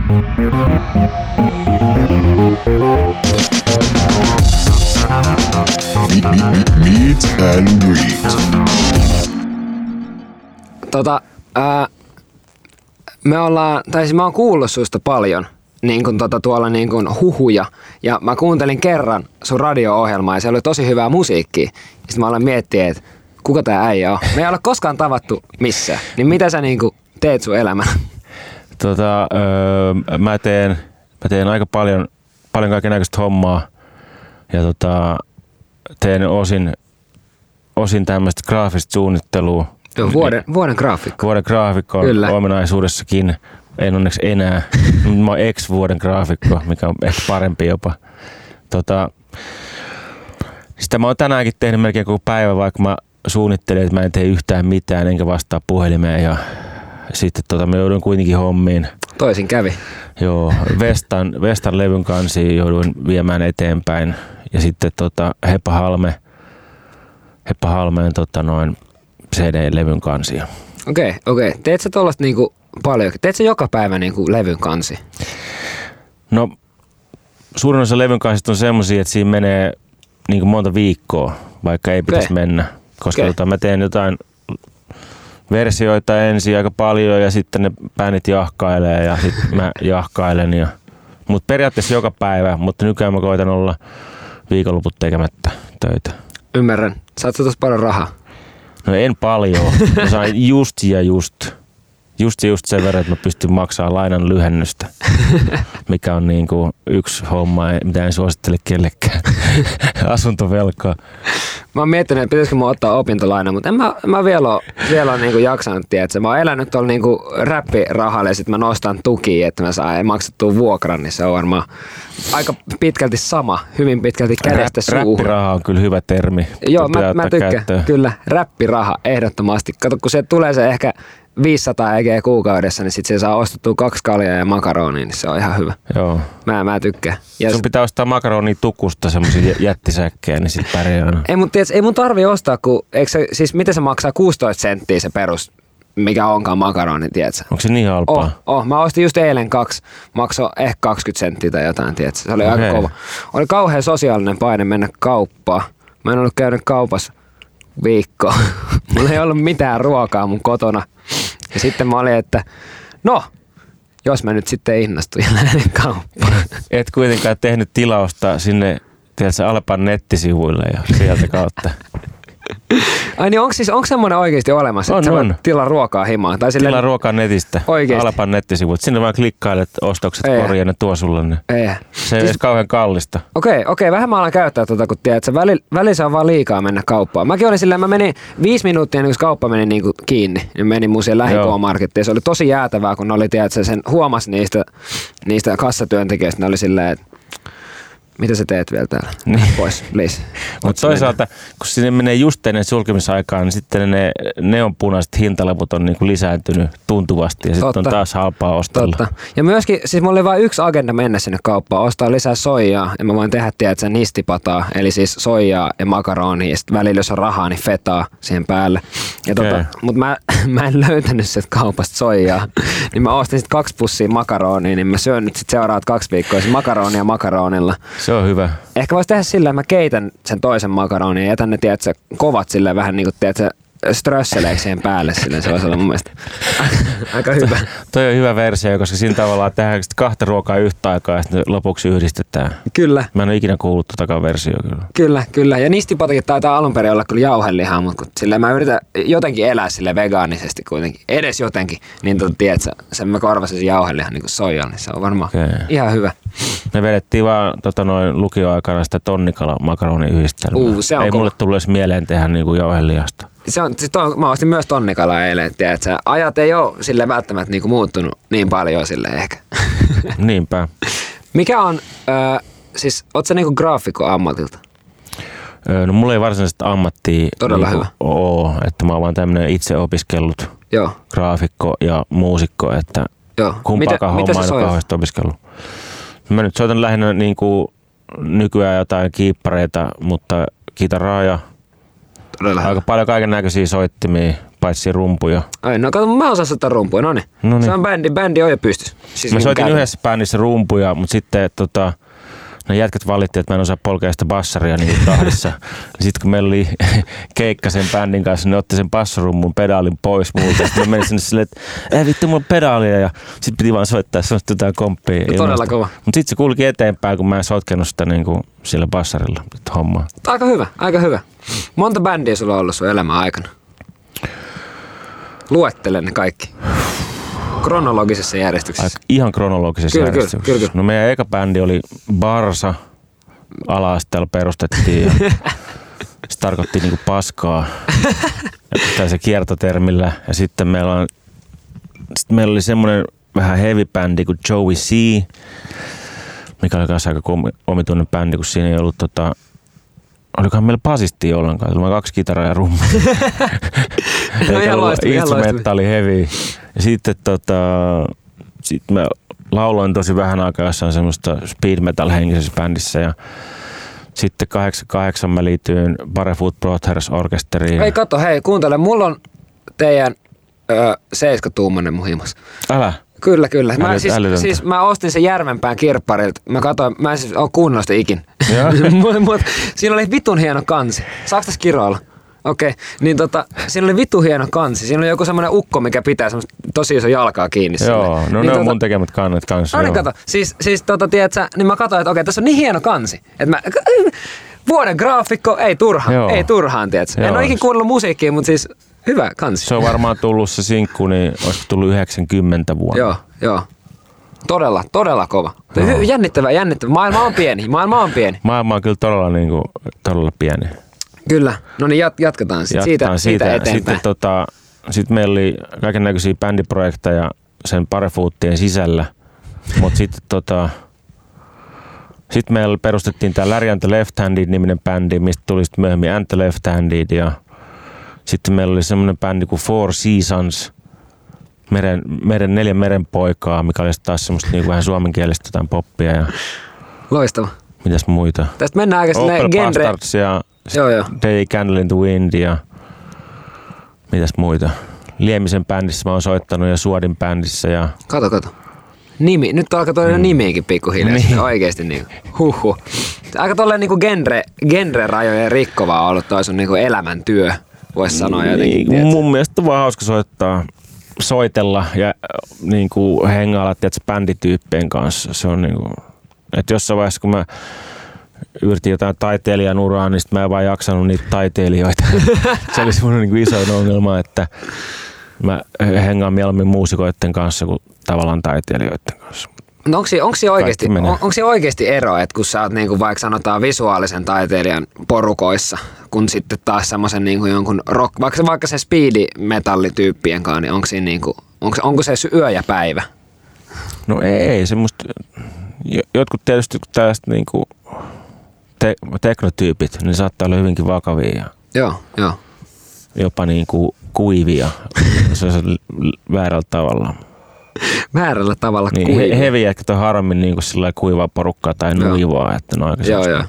Meet and greet. Mä oon kuullut susta paljon niin kun tuolla niin kun huhuja, ja mä kuuntelin kerran sun radio-ohjelmaa ja se oli tosi hyvää musiikkia. Ja sit mä aloin miettiä, että kuka tää äijä on. Me ei ole koskaan tavattu missään, niin mitä sä niin kun teet sun elämänä? Mä teen aika paljon kaikennäköistä hommaa ja teen osin tämmöistä graafista suunnittelua. Joo, vuoden graafikko. Vuoden graafikko on kyllä ominaisuudessakin. En onneksi enää. Mä oon ex-vuoden graafikko, mikä on ehkä parempi jopa. Sitä mä oon tänäänkin tehnyt melkein koko päivä, vaikka mä suunnittelin, että mä en tee yhtään mitään, enkä vastaa puhelimeen. Ja sitten mä joudun kuitenkin hommiin. Toisin kävi. Joo, Vestan levyn kansi jouduin viemään eteenpäin. Ja sitten Heppa Halmeen CD-levyn kansia. Okei. Teet sä tollaista niinku paljon? Teet sä joka päivä niinku levyn kansi? No, suurin osa levyn kansista on semmosia, että siinä menee niinku monta viikkoa, vaikka ei pitäisi mennä. Koska mä teen jotain versioita ensin aika paljon ja sitten ne bändit jahkailee ja sitten mä jahkailen. Mutta periaatteessa joka päivä, mutta nykyään mä koitan olla viikonloput tekemättä töitä. Ymmärrän. Saat sä tossa paljon rahaa? No en paljon. Mä sain just sen verran, että mä pystyn maksamaan lainan lyhennystä, mikä on niinku yksi homma, mitä en suosittele kellekään. Asuntovelkaa. Mä oon miettinyt, että pitäisikö mun ottaa opintolaina, mutta en mä vielä ole niinku jaksanut, tiedätkö. Mä oon elänyt tuolla niinku räppirahalle ja sit mä nostan tukia, että mä saan maksettua vuokran, niin se on varmaan aika pitkälti sama, hyvin pitkälti kädestä suuhun. Räppiraha on kyllä hyvä termi. Joo, mä tykkään. Käyttöön. Kyllä, räppiraha ehdottomasti. Kato, kun se tulee se ehkä 500 EG kuukaudessa, niin sit se saa ostettua 2 kaljaa ja makaronia, niin se on ihan hyvä. Joo. Mä tykkään. Ja sun pitää ostaa makaronia tukusta semmosia jättisäkkejä, niin sit pärjää. Ei mun tarvii ostaa, kun siis miten se maksaa 16 senttiä se perus, mikä onkaan makaroni, tiedätkö? Onko se niin halpaa? Mä ostin just eilen 2, maksoi ehkä 20 senttiä tai jotain, tiedätkö? Se oli aika kova. Oli kauhean sosiaalinen paine mennä kauppaan. Mä en ollut käynyt kaupassa viikkoa. Mulla ei ollut mitään ruokaa mun kotona. Ja sitten mä olin, että no, jos mä nyt sitten innostun ja lähden kauppaan. Et kuitenkaan tehnyt tilausta sinne, tiedätkö, Alepan nettisivuille ja sieltä kautta. Ai niin, onko semmoinen oikeasti olemassa, että sä voit tilaa ruokaa himaan? Tai tilaa ruokaa netistä, oikeasti? Alepan nettisivut. Sinne vaan klikkailet ostokset korjaa ne tuo sulle. Ne. Se ei edes kauhean kallista. Okei, vähän mä alan käyttää kun tiedät, että välillä se on vaan liikaa mennä kauppaan. Mäkin olin silleen, mä menin 5 minuuttia ennen kuin kauppa meni niin kuin kiinni. Ja menin mun siihen lähi-K-markettiin. Se oli tosi jäätävää, kun ne oli, tiedät, sen huomasi niistä kassatyöntekijöistä. Ne oli silleen, että mitä sä teet vielä täällä? Pois, please. Mutta toisaalta, kun sinne menee just ennen sulkemisaikaa, niin sitten ne neonpunaiset hintalaput on niinku lisääntynyt tuntuvasti ja sitten on taas halpaa ostella. Totta. Ja myöskin, siis mulla oli vain yksi agenda mennä sinne kauppaan, ostaa lisää soijaa ja mä voin tehdä, tiedätkö, nistipataa, eli siis soijaa ja makaronia ja sitten välillä jos on rahaa, niin fetaa siihen päälle. Mutta mä en löytänyt sieltä kaupasta soijaa, niin mä ostin sitten 2 pussia makaronia, niin mä syön nyt sitten seuraavat 2 viikkoa makaronia makaronilla. Se on hyvä. Ehkä voisi tehdä sillä, että mä keitän sen toisen makaronin ja jätän ne, tiedätkö, kovat silleen vähän niin kuin, tiedätkö, strösseleeksi siihen päälle silleen. Se voisi olla mun mielestä aika hyvä. Toi on hyvä versio, koska siinä tavallaan tehdään 2 ruokaa yhtä aikaa ja sitten lopuksi yhdistetään. Kyllä. Mä en ole ikinä kuullut totakaan versiota kyllä. Kyllä. Ja nistipatakin taitaa alun perin olla kyllä jauhelihaa, mutta silleen mä yritän jotenkin elää sille vegaanisesti kuitenkin. Edes jotenkin. Niin tiedätkö, sen mä korvasin sen jauhelihan niin kuin soijalla, niin se on varmaan ihan hyvä. Me vedettiin vaan lukioaikana sitä tonnikala makaroniyhdistelmää. Se on ei mulle tullut edes mieleen tehdä niinku jauhelihasta. Mä ostin myös tonnikalaa eilen, tiedätkö? Ajat ei ole sille välttämättä niinku muuttunut niin paljon sille ehkä. Niinpä. Mikä on, siis oot sä niinku graafikko ammatilta? No mulla ei varsinaisesti ammattia todella hyvä. Oo, että mä oon vaan tämmönen itse opiskellut graafikko ja muusikko, että kumpaakaan hommaa en ole kauheasti opiskellut. Mä nyt soitan lähinnä niinku nykyään jotain kiippareita, mutta kitaraa ja aika paljon kaiken näköisiä soittimia, paitsi rumpuja. Ai, no kato, mä osaan soittaa rumpuja, noniin. Se on bändi on jo pystys. Siis mä soitin yhdessä bändissä rumpuja, mutta sitten ne jätkät valitti, että mä en osaa polkea sitä bassaria niin tahdissa. Sitten kun meillä oli keikka sen bändin kanssa, ne otti sen bassorummun pedaalin pois multa. Sitten mä menin sinne silleen, että vittu, mulla on pedaalia. Ja sitten piti vaan soittaa semmoista jotain komppia. Todella kova. Mutta sitten se kulki eteenpäin, kun mä en sotkenut sitä niin kuin sillä bassarilla hommaa. Aika hyvä. Monta bändiä sulla on ollut sun elämän aikana? Luettele ne kaikki. Kronologisessa järjestyksessä. Ihan kronologisessa järjestyksessä. Kyllä. No meidän eka bändi oli Barsa. Ala-asteella perustettiin ja se tarkoitti niinku paskaa. Tai se kiertotermillä. Ja sitten meillä oli semmoinen vähän heavy bändi kuin Joey C. Mikä oli kanssa aika omituinen bändi, kun siinä ei ollut olikohan meillä basistia ollenkaan. Tuli 2 kitaraa ja rummu. Instrumenttaali heavy. Ja sitten sit mä lauloin tosi vähän aikaa jossain semmoista speed metal henkisessä bändissä ja sitten 88 mä liityin Barefoot Brothers orkesteriin. Ei kato, hei kuuntele, mulla on teidän 7-tuumainen muhimas. Älä? Kyllä. Mä ostin sen Järvenpään kirpparilta. Mä en siis ole kuunnellut sitä ikin. Siinä oli vitun hieno kansi. Saaks tässä kiroilla? Okei, niin siinä oli vitun hieno kansi. Siinä oli joku semmoinen ukko, mikä pitää semmoista tosi iso jalkaa kiinni. Joo, no niin ne on mun tekemät kannet kanssa. No niin kato, siis tiedätkö, niin mä katsoin, että okei, tässä on niin hieno kansi. Että vuoden graafikko, ei turhaan, tiedätkö. En ole ikin kuunnellut musiikkia, mutta siis hyvä kansi. Se on varmaan tullut se sinkku, niin olisiko tullut 90 vuonna. Joo. Todella kova. Jännittävä. Maailma on pieni. Maailma on kyllä todella pieni. Kyllä. No niin, jatketaan siitä eteenpäin. Sitten meillä oli kaikennäköisiä bändiprojekteja sen Barefoottien sisällä. Mutta sitten meillä perustettiin tää Larry and the Left Handed-niminen bändi, mistä tuli sitten myöhemmin And the Left Handed. Ja sitten meillä oli semmoinen bändi kuin Four Seasons, 4 merenpoikaa, mikä oli taas semmoista niinku vähän suomenkielistä jotain poppia. Ja loistava. Mitäs muita? Tästä mennään aika silleen Opel Bastards ja Day Candle in the Wind ja mitäs muita. Liemisen bändissä mä oon soittanut ja Suodin bändissä. Ja kato. Nimi. Nyt alkaa tuoda nimiinkin pikkuhiljaa. Niin. Oikeesti niinku. Huhhuh. Aika tolleen niinku genre-rajojen rikkovaa ollut toi sun niinku elämäntyö. Vois sanoa jotenkin. Niin, mun mielestä on vaan hauska soitella ja niinku hengailla bändityyppien kanssa. Se on niinku, että jossain vaiheessa kun mä yritin jotain taiteilijan uraa, niin sit mä en vaan jaksanut niitä taiteilijoita. Se oli semmoinen niinku isoin ongelma, että mä hengaan mieluummin muusikoiden kanssa kuin tavallaan taiteilijoiden kanssa. No onko se oikeasti ero, että kun sä oot niinku vaikka sanotaan visuaalisen taiteilijan porukoissa, kun sitten taas semmoisen niinku jonkun rock, vaikka se speedimetallityyppien kanssa, niin onko siinä niinku, onko se yö ja päivä? No ei semmoista, jotkut tietysti tällaiset niinku teknotyypit, niin saattaa olla hyvinkin vakavia. Joo. Jopa niinku kuivia, se on väärällä tavalla. Väärällä tavalla niin, kuivia. Heavy ehkä on harmin niin kuivaa porukkaa tai nuivaa, että ne on aika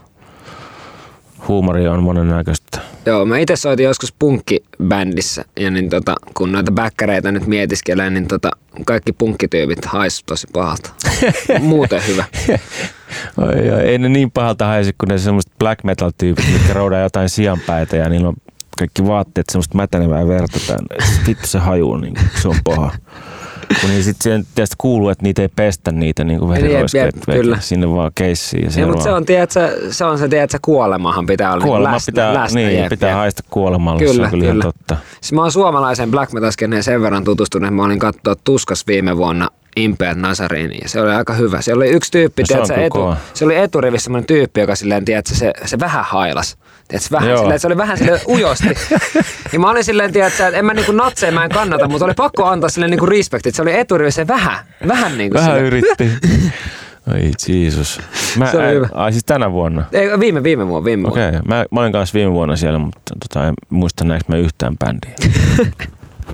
huumori on monennäköistä. Joo, mä itse soitin joskus punkkibändissä ja niin kun noita bäkkäreitä nyt mietiskelee, niin kaikki punkkityypit haisi tosi pahalta. Muuten hyvä. Ei ne niin pahalta haisi kuin ne semmoiset black metal tyypit, mitkä roudaa jotain sianpäitä ja niillä on kaikki vaatteet semmoista mätänevää verta. Vittu se hajuu, niin se on paha. Kun niin sitten tietysti kuuluu, että niitä ei pestä niitä niin veriroiskeet sinne vaan keissiin. Ja mutta se on se kuolemahan pitää olla läsnä. Niin, pitää haista kuolemalle, se on kyllä ihan totta. Siis mä oon suomalaisen black metal skeneen sen verran tutustunut, että mä olin katsoa Tuskas viime vuonna Imperial Nazarene ja se oli aika hyvä. Se oli yksi tyyppi, se oli eturivissä semmoinen tyyppi, joka silleen, tiedätkö, se vähän hailas. Se oli vähän silleen ujosti. Ja mä olin silleen, tiedätkö, että en mä niinku natseja mä en kannata, mutta oli pakko antaa silleen niinku respektit. Se oli eturivissä vähän niinku vähän silleen. Yritti. Ai Jeesus. Siis tänä vuonna? Ei, viime vuonna. Okei, mä olin kanssa viime vuonna siellä, mutta en muista näinkö mä yhtään bändiä.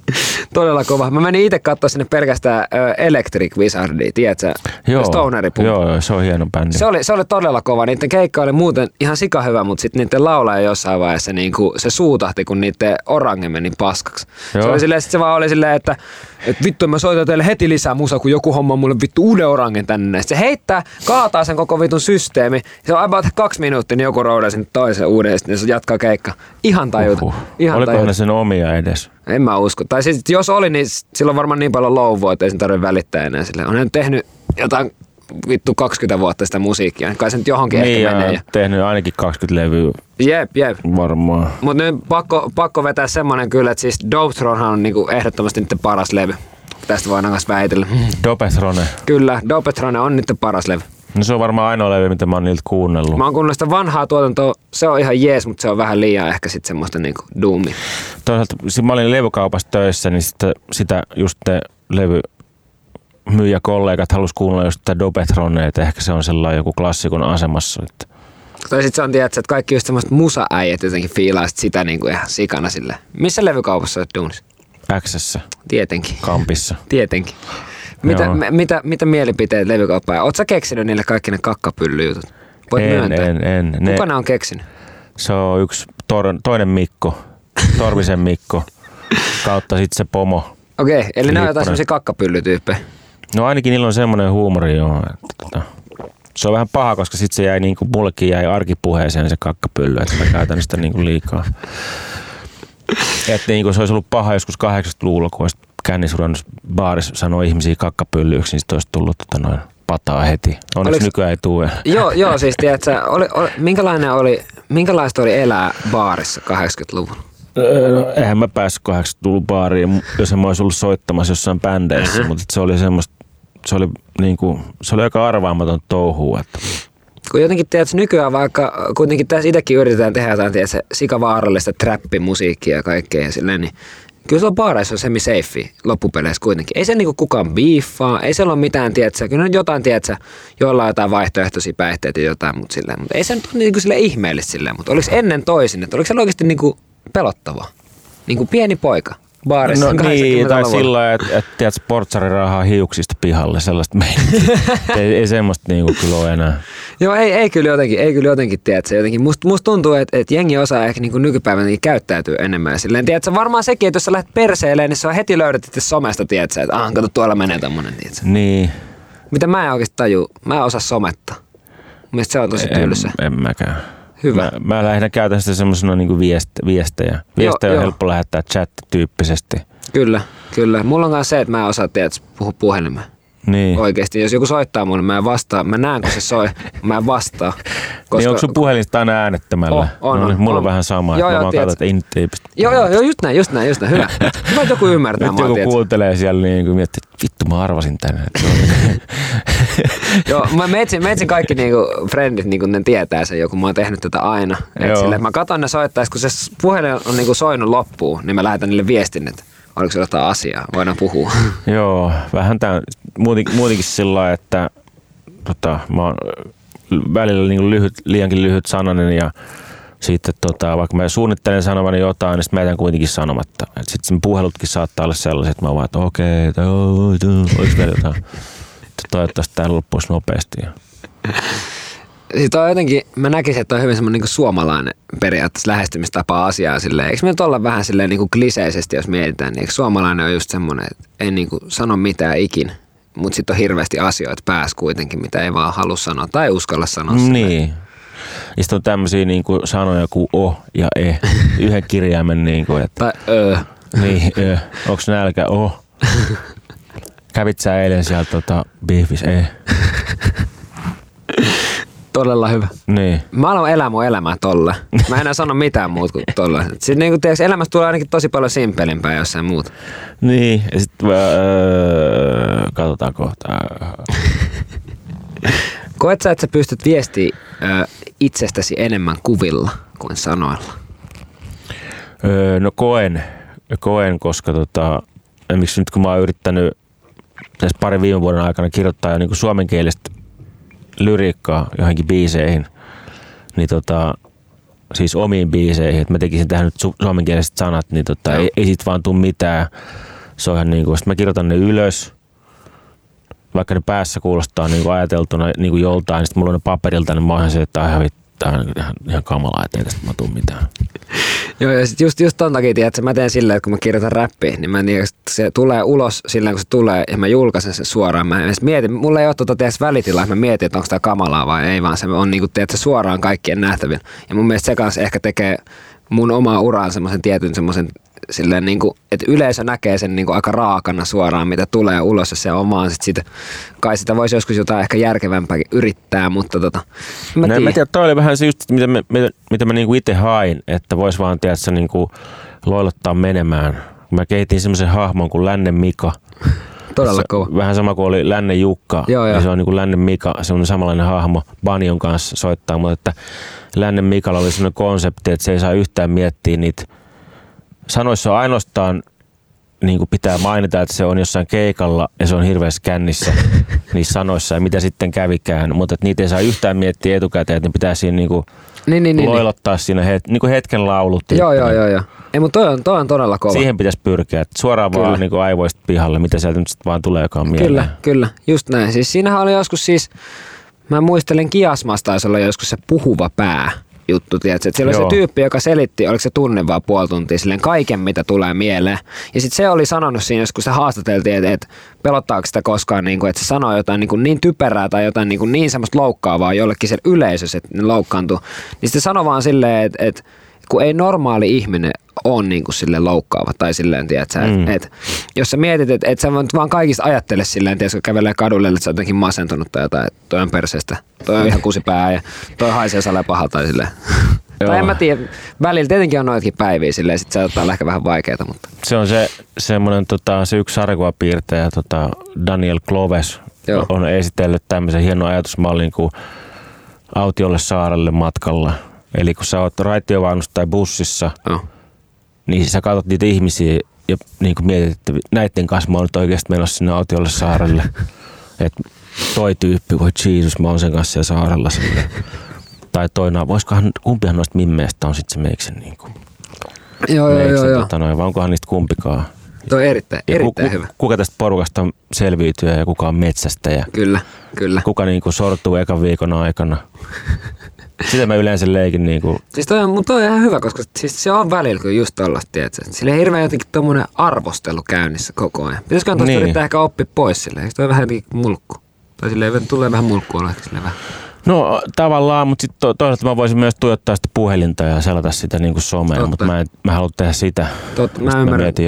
Todella kova. Mä menin itse katsoa sinne pelkästään Electric Wizardia, tiedätkö? Joo, se on hieno bändi. Se oli todella kova. Niiden keikka oli muuten ihan sika hyvä, mutta sitten niiden laulaja jossain vaiheessa niinku, se suutahti, kun niiden orange meni paskaksi. Se oli silleen, se vaan oli silleen, että vittu mä soitan teille heti lisää musaa, kun joku homma mulle vittu uuden orangen tänne. Sitten se heittää, kaataa sen koko vitun systeemi. Se on about 2 minuuttia, niin joku roudaa sen toisen uuden ja sitten se jatkaa keikka. Ihan tajuta. Olikohan ne sen omia edes? En mä usko. Tai siis, jos oli, niin sillä on varmaan niin paljon louvua, että ei sen tarvitse välittää enää sille. On hän tehnyt jotain vittu 20 vuotta sitä musiikkia. Kai se nyt johonkin niin ehkä menee. Niin, tehnyt ainakin 20 levyä. Jep. Varmaan. Mutta nyt pakko vetää semmonen kyllä, että siis Dopetronhan on niinku ehdottomasti niiden paras levy. Tästä voidaan kanssa väitellä. Dopetrone. Kyllä, Dopetrone on niiden paras levy. No se on varmaan ainoa levy, mitä mä oon niiltä kuunnellut. Mä oon kuunnellut sitä vanhaa tuotantoa, se on ihan jees, mutta se on vähän liian ehkä sitten semmoista niinku doomia. Toisaalta, mä olin levykaupassa töissä, niin sitä just te levymyyjäkollegat halus kuunnella just tätä Dopetrone, että ehkä se on sellainen joku klassikon asemassa. Että. Tai sit se on tiedätkö, että kaikki just semmoista musa-äijät jotenkin fiilaa sitä niinku ihan sikana silleen. Missä levykaupassa olet duunissa? X:ssä. Tietenkin. Kampissa. Tietenkin. Mitä mielipiteet levykauppaa? Ootko sä keksinyt niille kaikki ne kakkapyllyjutut? Voit myöntää. En. Kuka ne on keksinyt? Se on yksi toinen Mikko, Torvisen Mikko, kautta sitten se pomo. Okei, eli ne on jotain semmosia kakkapyllytyyppejä. No ainakin niillä on semmoinen huumori, joo. Se on vähän paha, koska sitten se jäi niinku, mullekin jäi arkipuheeseen se kakkapylly, että mä käytän sitä niinku liikaa. Että niinku se olisi ollut paha joskus 80-luvulla, kun olisi kännisurannut baarissa sanoo ihmisiä kakkapyllyksi, niin sitten olisi tullut pataa heti. Onneksi nykyään ei tule. Joo, siis tiedätkö, minkälaista oli elää baarissa 80-luvulla? No, eihän mä päässyt 80-luvun baariin, jos mä olisi ollut soittamassa jossain bändeissä, mutta se oli semmoista, se oli aika arvaamaton touhua. Että. Kun jotenkin tiedätkö, nykyään vaikka kuitenkin tässä itsekin yritetään tehdä jotain tiedätkö, sikavaarallista trappimusiikkia ja kaikkea ja silleen, niin kyllä se on baareissa on semi-safe loppupeleissä kuitenkin. Ei se niinku kukaan biiffaa, ei siellä ole mitään, tiedätkö, kyllä on jotain, tiedätkö, joilla on jotain vaihtoehtoisia päihteitä ja jotain, mutta silleen, mutta ei se nyt ole niinku silleen ihmeellistä silleen, mutta oliko ennen toisin, että oliko se oikeasti niinku pelottavaa? Niinku pieni poika baarissa. No niin, tai sillä että tiedätkö, portsari raahaa hiuksista pihalle, sellaista meininkiä. ei semmoista niinku kyllä ole enää. Joo, ei kyllä jotenkin, tiedätkö, jotenkin. Musta tuntuu, että jengi osaa ehkä niinku nykypäivänä käyttäytyy enemmän. Silleen, tiedätkö, varmaan sekin, että jos sä lähdet perseelleen, niin se on heti löydetty somesta, tiedätkö, että kato, tuolla menee tommonen, tiedätkö. Niin. Mitä mä en oikeasti taju, mä en osaa sometta. Mielestäni se on tosi tylsä. En mäkään. Hyvä. Mä lähden käytän sitä semmoisena niinku viestejä. Viestejä on helppo lähettää chat-tyyppisesti. Kyllä. Mulla on myös se, että mä en osaa puhua puhelimeen. Niin. Oikeesti, jos joku soittaa mulle, mä en vastaa. Mä näen, kun se soi, mä en vastaa. Koska. Niin onko sun puhelinsta aina äänettämällä? On. Mulla on vähän sama. Joo, mä vaan katson, että ei pistä. Joo, just näin. Hyvä. Hyvä, että joku ymmärtää. Nyt joku kuuntelee siellä niin kuin miettii, että vittu mä arvasin tänne. Joo, mä etsin kaikki niinku friendit, niinku ne tietää sen joku. Mä oon tehnyt tätä aina. Sille, mä katon ne soittais, kun se puhelin on niinku soinut loppuun, niin mä lähetän niille viestin, että oliko se jotain asiaa, voidaan puhua. Joo, vähän tää, muutenkin sillä lailla, että mä oon välillä niinku liiankin lyhyt sananen ja sitten vaikka mä suunnittelen sanomani jotain, niin sitten mä jätän kuitenkin sanomatta. Sitten sen puhelutkin saattaa olla sellaiset, että mä vaan, että okei, oliko vielä jotain. Toivottavasti tää loppuisi nopeasti. Siis toi jotenkin, mä näkisin, että on hyvin semmoinen niinku suomalainen periaatteessa lähestymistapa asiaa silleen. Eikö me nyt olla vähän silleen niinku kliseisesti, jos mietitään, niin eikö suomalainen on just semmoinen, että ei niinku sano mitään ikin, mutta sitten on hirveästi asioita päässä kuitenkin, mitä ei vaan halua sanoa tai uskalla sanoa. Niin. Ja sitten on tämmöisiä niinku sanoja kuin o ja e. Yhden kirjaimen niinku, että. Tai Niin, onks nälkä o. Kävit sä eilen sieltä biifis e. Todella hyvä. Niin. Mä aloin elää mun elämää tolla. Mä en enää sano mitään muuta kuin tolla. Sitten niinku tiiäks, elämästä tulee ainakin tosi paljon simpelimpää jossain muuta. Niin, ja sit katsotaan kohta. Koet sä, että sä pystyt viestiä itsestäsi enemmän kuvilla kuin sanoilla? No koen, koska miksi nyt kun mä oon yrittänyt tässä parin viime vuoden aikana kirjoittaa jo niinku suomenkielistä lyriikkaa johonkin biiseihin, niin siis omiin biiseihin, että mä tekisin tähän nyt suomenkieliset sanat, niin ei sit vaan tule mitään. Se on ihan niinku, sit mä kirjoitan ne ylös, vaikka ne päässä kuulostaa niinku ajateltuna niinku joltain, niin sit mulla on ne paperilta, niin mä oon ihan se, että ihan kamalaa, että ei tästä mä tuu mitään. Joo, ja sit just ton takia, tiedätkö, mä teen silleen, että kun mä kirjoitan räppiä, niin se tulee ulos silleen, kun se tulee, ja mä julkaisen sen suoraan. Mä mietin, mulla ei ole välitilaa, että mä mietin, että onko tää kamalaa vai ei, vaan se on niinku, tiedätkö, suoraan kaikkien nähtävillä. Ja mun mielestä se kanssa ehkä tekee mun omaa uraan semmoisen tietyn semmoisen silleen niinku, että yleisö näkee sen niinku aika raakana suoraan, mitä tulee ulos, ja se on vaan sit kai sitä voisi joskus jotain ehkä järkevämpääkin yrittää, mutta mä tiedän, toi oli vähän se just, mitä mä niinku itse hain, että vois vaan, tiedätkö, niinku loilottaa menemään. Mä kehitin semmoisen hahmon kuin Lännen Mika. Todella kova. Vähän sama kuin oli Lännen Jukka, ja se on niinku Lännen Mika, semmoinen samanlainen hahmo, Banjon kanssa soittaa, mutta että Lännen Mikalla oli semmoinen konsepti, että se ei saa yhtään miettiä niitä. Sanoissa on ainoastaan niin kuin pitää mainita, että se on jossain keikalla ja se on hirveässä kännissä niissä sanoissa ja mitä sitten kävikään, mutta niitä ei saa yhtään miettiä etukäteen, että ne pitää siinä loilottaa siinä hetken laulut. Joo. Ei, mutta toi on todella kova. Siihen pitäisi pyrkiä, että suoraan vaan niin aivoista pihalle, mitä sieltä nyt sitten vaan tuleekaan mieleen. Kyllä, just näin. Siis siinähän oli joskus mä muistelen Kiasmas taisi olla joskus se puhuva pää juttu, tiedätkö? Siellä oli se tyyppi, joka selitti, oliko se tunne vaan puoli tuntia, silleen kaiken, mitä tulee mieleen. Ja sitten se oli sanonut siinä, kun se haastateltiin, että pelottaako sitä koskaan, että se sanoo jotain niin typerää tai jotain niin semmoista loukkaavaa jollekin siellä yleisössä, että ne loukkaantuu. Niin sitten sanoi vaan silleen, että kun ei normaali ihminen on niin kuin silleen loukkaava tai silleen, tiedätkö, että jos sä mietit, että sä vaan kaikista ajattele silleen, tiedätkö, kun kävelee kadulle, että sä oot jotenkin masentunut tai jotain, että toi on perseestä, toi on ihan kusipää ja toi haisee salee pahalta tai silleen. Tai en mä tiedä, välillä tietenkin on noitakin päiviä silleen, sit se ottaa ehkä vähän vaikeeta, mutta. Se on semmoinen se yksi sarjakuvapiirtäjä, Daniel Cloves on esitellyt tämmöisen hienon ajatusmallin kuin autiolle saarelle matkalla. Eli kun sä oot raitiovaunussa tai bussissa, niin sä katsot niitä ihmisiä ja niin kuin mietit, että näiden kanssa mä oon nyt oikeasti menossa sinne autiolle saarelle. Että toi tyyppi, voi Jeesus, mä oon sen kanssa siellä saarella sille. Tai toina, kumpihan noista mimmeistä on sitten se meiksen niin kuin. Joo. Vai onkohan niistä kumpikaan? Toi on erittäin hyvä. Kuka tästä porukasta on selviytyjä ja kuka on metsästäjä? Kyllä. Kuka niin kuin sortuu ekan viikon aikana? Sitä mä yleensä leikin niinku. Siis toi on ihan hyvä, koska siis se on välillä kyllä just tollaista, tiedätkö? Sillä ei hirveän jotenkin tommonen arvostelu käynnissä koko ajan. Pitäisiköhän tosta yrittää ehkä oppia pois silleen. Eikö toi vähän jotenkin mulkku? Tai silleen tulee vähän mulkkua olla silleen vähän. No tavallaan, mutta sitten toisaalta mä voisin myös tuijottaa sitä puhelinta ja selata sitä niinku somea, mutta mä haluan tehdä sitä. Totta, mä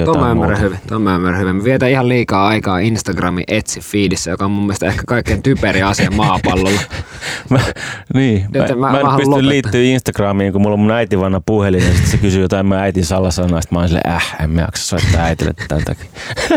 ymmärrän hyvin. Mä vietän ihan liikaa aikaa Instagramin Etsi-feedissä, joka on mun mielestä ehkä kaikkein typeri asia maapallolla. Mä en pysty liittyä Instagramiin, kun mulla on mun äiti vanha puhelin ja sitten se kysyy jotain mun äitin salasanaa, sitten mä oon silleen, en mä jaksa soittaa äitille tämän takia.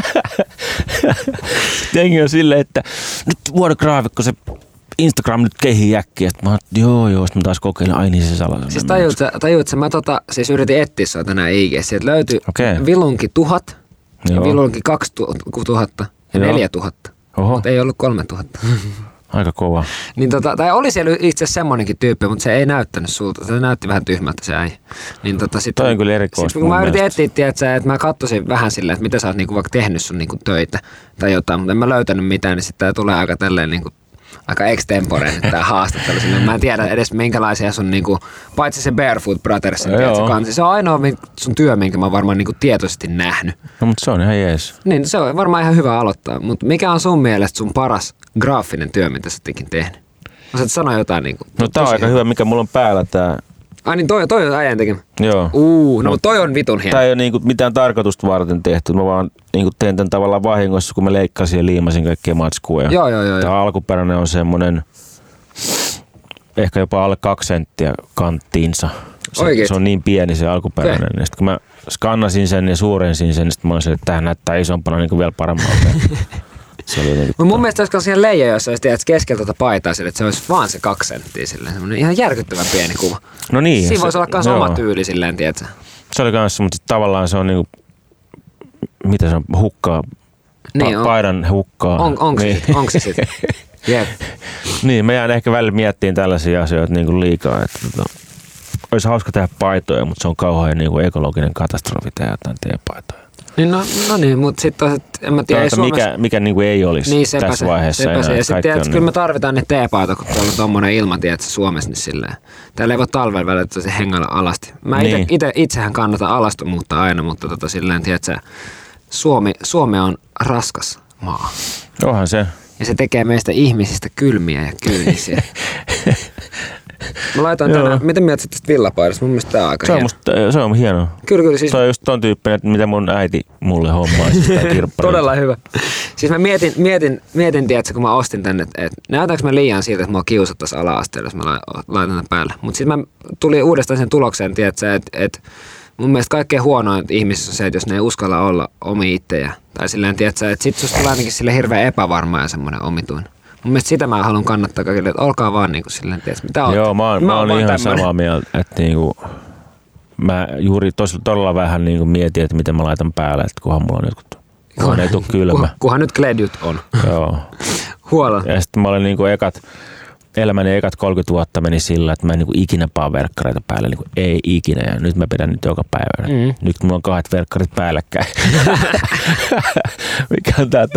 Jengi on silleen, että nyt vuodegraafikko se Instagram nyt kehii äkkiä. Sitten mä oon, joo, sitten mä taas kokeilen aina se salasana. Siis tajuut, mä siis yritin etsiä sua tänään IG. Sieltä löytyi Vilunki 1000, ja Vilunki 2000 ja 4000, mutta ei ollut 3000. Aika kova. Niin tai oli siellä itse asiassa semmonenkin tyyppi, mutta se ei näyttänyt sulta. Se näytti vähän tyhmältä se äijä. Niin toi on kyllä erikoista. Kun mä yritin etsiä, että mä katsoisin vähän silleen, että mitä sä oot niinku vaikka tehnyt sun niinku töitä tai jotain, mutta en mä löytänyt mitään, niin sitten tää tulee aika tälleen niinku aika extemporeinen tää haastattelu. Mä en tiedä edes minkälaisia sun niinku, paitsi se Barefoot Brothersin kansi. Se on ainoa sun työ, minkä mä oon varmaan niinku tietoisesti nähnyt. No mutta se on ihan jees. Niin, se on varmaan ihan hyvä aloittaa. Mutta mikä on sun mielestä sun paras graafinen työ, mitä sä ootkin tehnyt? Osaat sanoa jotain niinku. No tää on aika hyvä, mikä mulla on päällä tää. Ai niin toi on äijän tekemä. Joo. No mutta toi on vitun hieno. Tää ei ole niinku mitään tarkoitusta varten tehty. Mä vaan niinku tein tän tavallaan vahingossa, kun mä leikkasin ja liimasin kaikkea matskua. Joo. Tää alkuperäinen on semmonen ehkä jopa alle 2 senttiä kanttiinsa. Se on niin pieni se alkuperäinen. Ja sit kun mä skannasin sen ja suurensin sen, niin sit mä olin että tää näyttää isompana niinku vielä paremmalta. Mun mielestä olisiko siihen leija, jos olisi keskellä tuota paitaa sille, että se olisi vaan se 2 senttiä silleen. Semmoinen ihan järkyttävän pieni kuva. No niin. Siinä voisi olla myös oma tyyli silleen, tiedätkö? Se oli kanssa, mutta tavallaan se on niinku, mitä se on, hukkaa, niin, paidan hukkaa. Onko se sitten? Jep. Niin, mä jään ehkä välillä miettimään tällaisia asioita niinku liikaa. Että olisi hauska tehdä paitoja, mutta se on kauhean niin kuin ekologinen katastrofi tehdä jotain teepaitoja. Niin no niin, mutta sitten en mä tiedä. Mikä niin kuin ei olisi niin, tässä vaiheessa enää. Ja sitten tiedät, kyllä me tarvitaan ne teepaita, kun tuolla on tommonen ilma, tiedätkö, Suomessa, niin silleen. Täällä ei voi talvella välillä tosi hengällä alasti. Mä itsehän kannatan alastomuutta aina, mutta silleen, tiedätkö, Suomi on raskas maa. Onhan se. Ja se tekee meistä ihmisistä kylmiä ja kyynisiä. Mä laitoin tänään, miten mieltä tästä villapaidasta? Mun mielestä tää on aika hieno. Se on hieno. Kyllä siis. Se on just ton tyyppinen, että mitä mun äiti mulle hommaisi sitä kirpparia. Todella hyvä. Siis mä mietin tiedätkö, kun mä ostin tänne, että näytänkö mä liian siitä, että mua kiusattaisi ala-asteella, jos mä laitan tämän päälle. Mutta sitten mä tulin uudestaan sen tulokseen, tiedätkö, että mun mielestä kaikkein huonoin ihmisissä on se, että jos ne ei uskalla olla omi itseä. Tai silleen, tiedätkö, että sit susta tulee ainakin sille hirveän epävarma ja semmoinen omituinen. Mun mielestä sitä mä haluan kannattaa kaikille, että olkaa vaan niin kuin silleen, tiedätkö, mitä oot. Joo, mä oon ihan samaa mieltä, että niinku, mä juuri todella vähän niinku mietin, että miten mä laitan päälle, että kunhan mulla on jotkut, kunhan ei tule kylmä. Kunhan nyt kledjut on. Joo. Huola. Ja sitten mä olin niinku elämäni ekat 30 vuotta meni sillä, että mä en niinku ikinä paa verkkareita päälle, niinku ei ikinä, ja nyt mä pidän nyt joka päivä. Nyt kun mulla on 2 verkkarit päällekkäin. Mikä on tää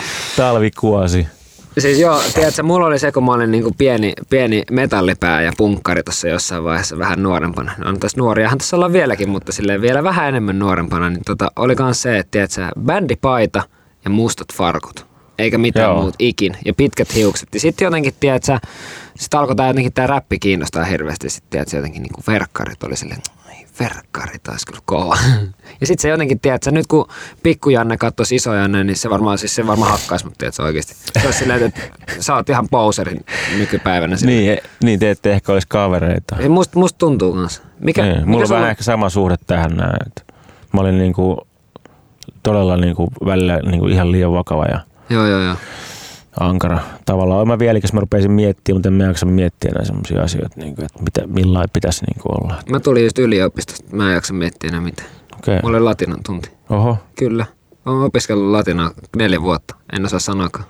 talvikuosi. Siis joo, tiedätkö, mulla oli se, kun mä olin niinku pieni metallipää ja punkkari tuossa jossain vaiheessa vähän nuorempana. No tässä nuoriahan tässä ollaan vieläkin, mutta silleen vielä vähän enemmän nuorempana. Niin oli kans se, että tiedätkö, bändipaita ja mustat farkut. Eikä mitään muut ikin. Ja pitkät hiukset. Ja sitten jotenkin, tiedätkö, sit alkoi tää räppi kiinnostaa hirveästi. Sitten tiedätkö, jotenkin niinku verkkarit oli silleen, verkkarit olisi kyllä kova. Ja sitten se jotenkin, tiedätkö, nyt kun pikku Janne katsoisi iso Janne, niin se varmaan hakkaisi, mutta tiedätkö oikeasti. Se olisi silleen, että sä oot ihan poserin nykypäivänä. Niin te ette ehkä olisi kavereita. Ja musta tuntuu kanssa. Mulla on vähän ehkä sama suhde tähän näin. Mä olin niinku, todella niinku, välillä niinku, ihan liian vakava ja joo. ankara. Tavallaan mä vieläkin, jos mä rupesin miettimään, mutta en mä jaksa miettiä enää semmosia asioita, että millain pitäisi olla. Mä tulin just yliopistosta, mä en jaksa miettiä enää mitään. Okay. Mulla oli latinan tunti. Oho. Kyllä. Mä oon opiskellut latinaa 4 vuotta, en osaa sanoakaan.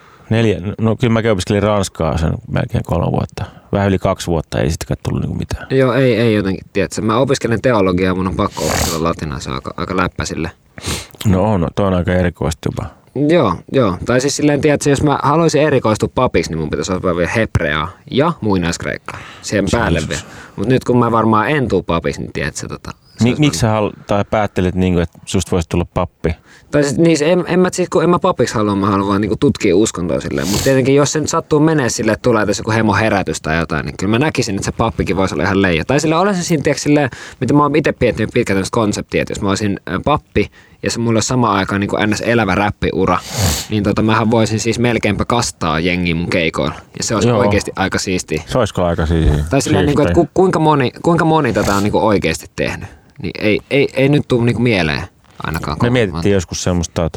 4? No kyllä mäkin opiskelin ranskaa sen melkein 3 vuotta. Vähän yli 2 vuotta, ei sittenkään tullut niinku mitään. Joo, ei jotenkin, tiedätkö. Mä opiskelen teologiaa, mun on pakko opiskella latinaa, se on aika läppä sille. No toi on aika erikoista jopa. Joo. Tai siis silleen, tiedätkö, jos mä haluaisin erikoistua papiksi, niin mun pitäisi olla vielä hebreaa ja muinaiskreikkaa siihen päälle vielä. Mutta nyt kun mä varmaan en tuu papiksi, niin tiedätkö, miksi sä päättelit, että susta voisi tulla pappi? Tai siis, kun en mä papiksi halua, mä haluan vaan tutkia uskontoa silleen. Mutta tietenkin, jos se nyt sattuu menee silleen, että tulee tässä joku hemoherätys tai jotain, niin kyllä mä näkisin, että se pappikin voisi olla ihan leija. Tai silleen, olen se siinä, tiedätkö, silleen, mitä mä oon itse piettinyt pitkään tämmöistä konseptia, että jos mä olisin pappi ja se mulla olisi samaan aikaan niin kuin ns. Elävä räppiura, niin mähän voisin siis melkeinpä kastaa jengiä mun keikoilla. Ja se olisi oikeasti aika siistiä. Se olisiko aika siistiä? Tai silleen, niin kuin, että kuinka moni tätä on niin kuin oikeasti tehnyt. Niin ei nyt tule niinku mieleen ainakaan. Me mietittiin joskus semmoista